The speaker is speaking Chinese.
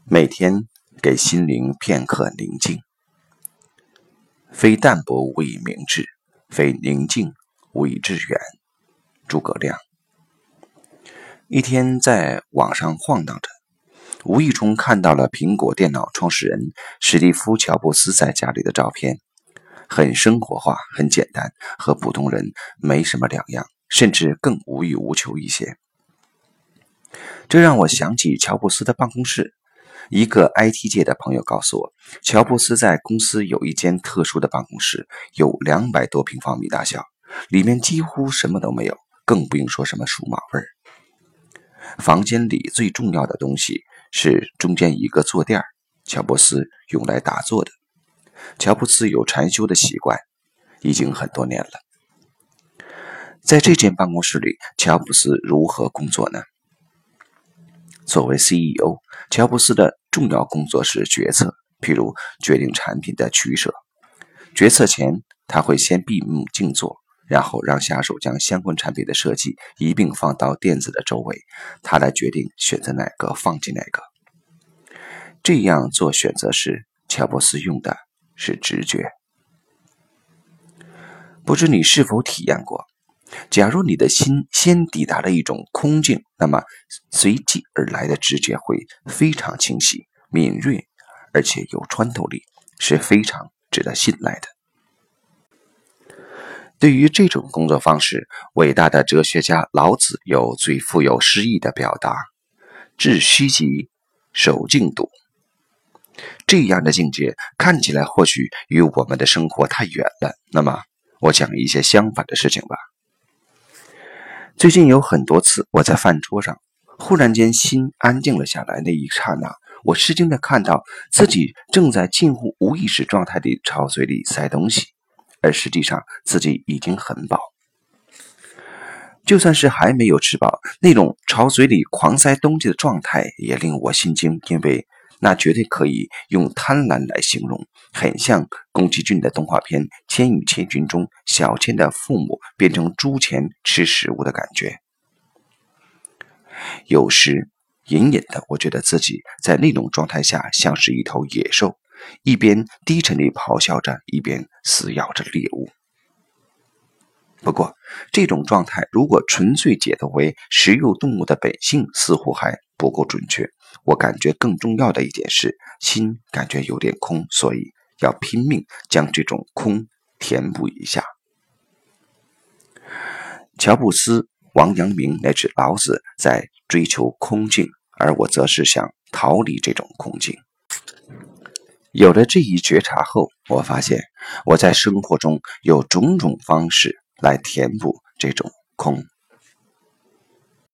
每天给心灵片刻宁静。非淡泊无以明志，非宁静无以致远。诸葛亮。一天在网上晃荡着，无意中看到了苹果电脑创始人史蒂夫·乔布斯在家里的照片，很生活化，很简单，和普通人没什么两样，甚至更无欲无求一些。这让我想起乔布斯的办公室。一个 IT 界的朋友告诉我，乔布斯在公司有一间特殊的办公室，有200多平方米大小，里面几乎什么都没有，更不用说什么数码味儿。房间里最重要的东西是中间一个坐垫，乔布斯用来打坐的。乔布斯有禅修的习惯，已经很多年了。在这间办公室里，乔布斯如何工作呢？作为 CEO， 乔布斯的重要工作是决策，譬如决定产品的取舍。决策前，他会先闭目静坐，然后让下属将相关产品的设计一并放到垫子的周围，他来决定选择哪个放进哪个。这样做选择时，乔布斯用的是直觉。不知你是否体验过，假如你的心先抵达了一种空境，那么随即而来的直觉会非常清晰、敏锐，而且有穿透力，是非常值得信赖的。对于这种工作方式，伟大的哲学家老子有最富有诗意的表达：致虚极，守静笃。这样的境界看起来或许与我们的生活太远了，那么我讲一些相反的事情吧。最近有很多次我在饭桌上，忽然间心安静了下来，那一刹那，我吃惊地看到自己正在近乎无意识状态里朝嘴里塞东西，而实际上自己已经很饱。就算是还没有吃饱，那种朝嘴里狂塞东西的状态也令我心惊，因为那绝对可以用贪婪来形容，很像宫崎骏的动画片《千与千寻》中小千的父母变成猪前吃食物的感觉。有时隐隐的，我觉得自己在那种状态下像是一头野兽，一边低沉地咆哮着，一边撕咬着猎物。不过这种状态如果纯粹解读为食肉动物的本性，似乎还不够准确。我感觉更重要的一点是，心感觉有点空，所以要拼命将这种空填补一下。乔布斯、王阳明乃至老子在追求空境，而我则是想逃离这种空境。有了这一觉察后，我发现我在生活中有种种方式来填补这种空。